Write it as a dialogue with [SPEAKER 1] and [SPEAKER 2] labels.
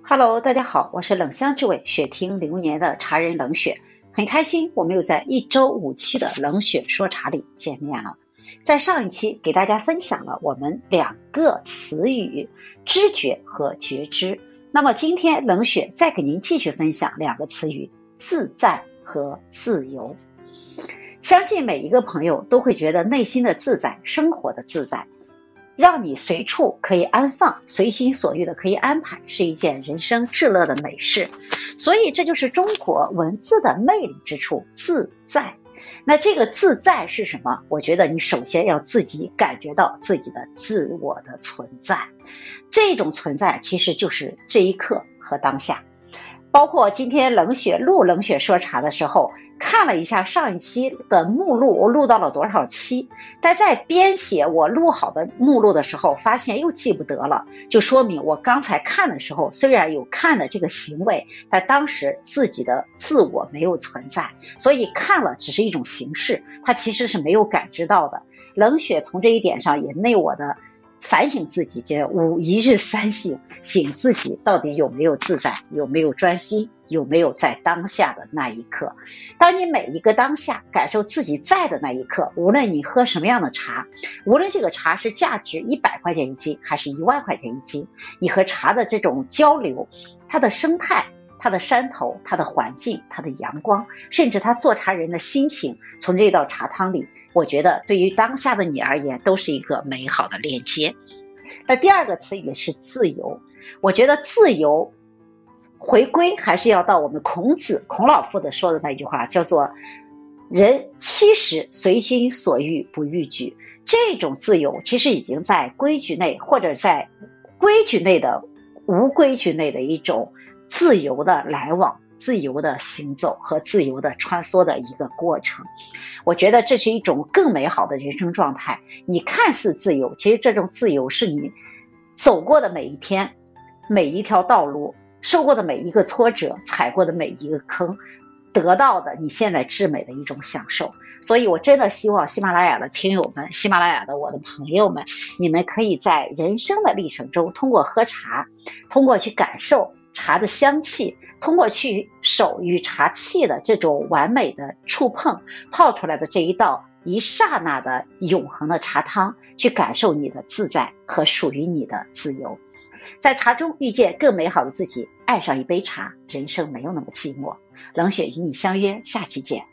[SPEAKER 1] Hello，大家好，我是冷香之味雪听流年的茶人冷雪，很开心我们又在1周5期的冷雪说茶里见面了。在上一期给大家分享了我们2个词语，知觉和觉知。那么今天冷雪再给您继续分享2个词语，自在和自由。相信每一个朋友都会觉得内心的自在，生活的自在，让你随处可以安放，随心所欲的可以安排，是一件人生至乐的美事。所以这就是中国文字的魅力之处，自在。那这个自在是什么？我觉得你首先要自己感觉到自己的自我的存在，这种存在其实就是这一刻和当下。包括今天冷雪说茶的时候，看了一下上一期的目录，我录到了多少期，但在编写我录好的目录的时候，发现又记不得了，就说明我刚才看的时候虽然有看的这个行为，但当时自己的自我没有存在，所以看了只是一种形式，它其实是没有感知到的。冷雪从这一点上也内我的反省自己，这5一日3省，省自己到底有没有自在，有没有专心，有没有在当下的那一刻。当你每一个当下感受自己在的那一刻，无论你喝什么样的茶，无论这个茶是价值100块钱一斤还是1万块钱一斤，你和茶的这种交流，它的生态，它的山头，它的环境，它的阳光，甚至他做茶人的心情，从这道茶汤里，我觉得对于当下的你而言都是一个美好的链接。那第2个词语是自由。我觉得自由回归还是要到我们孔老夫子说的那句话，叫做人70随心所欲不逾矩。这种自由其实已经在规矩内，或者在规矩内的无规矩内的一种自由的来往，自由的行走和自由的穿梭的一个过程。我觉得这是一种更美好的人生状态。你看似自由，其实这种自由是你走过的每一天，每一条道路，受过的每一个挫折，踩过的每一个坑，得到的你现在至美的一种享受。所以我真的希望喜马拉雅的听友们，喜马拉雅的我的朋友们，你们可以在人生的历程中，通过喝茶，通过去感受茶的香气，通过去手与茶器的这种完美的触碰，泡出来的这一道一刹那的永恒的茶汤，去感受你的自在和属于你的自由。在茶中遇见更美好的自己，爱上一杯茶，人生没有那么寂寞。冷雪与你相约，下期见。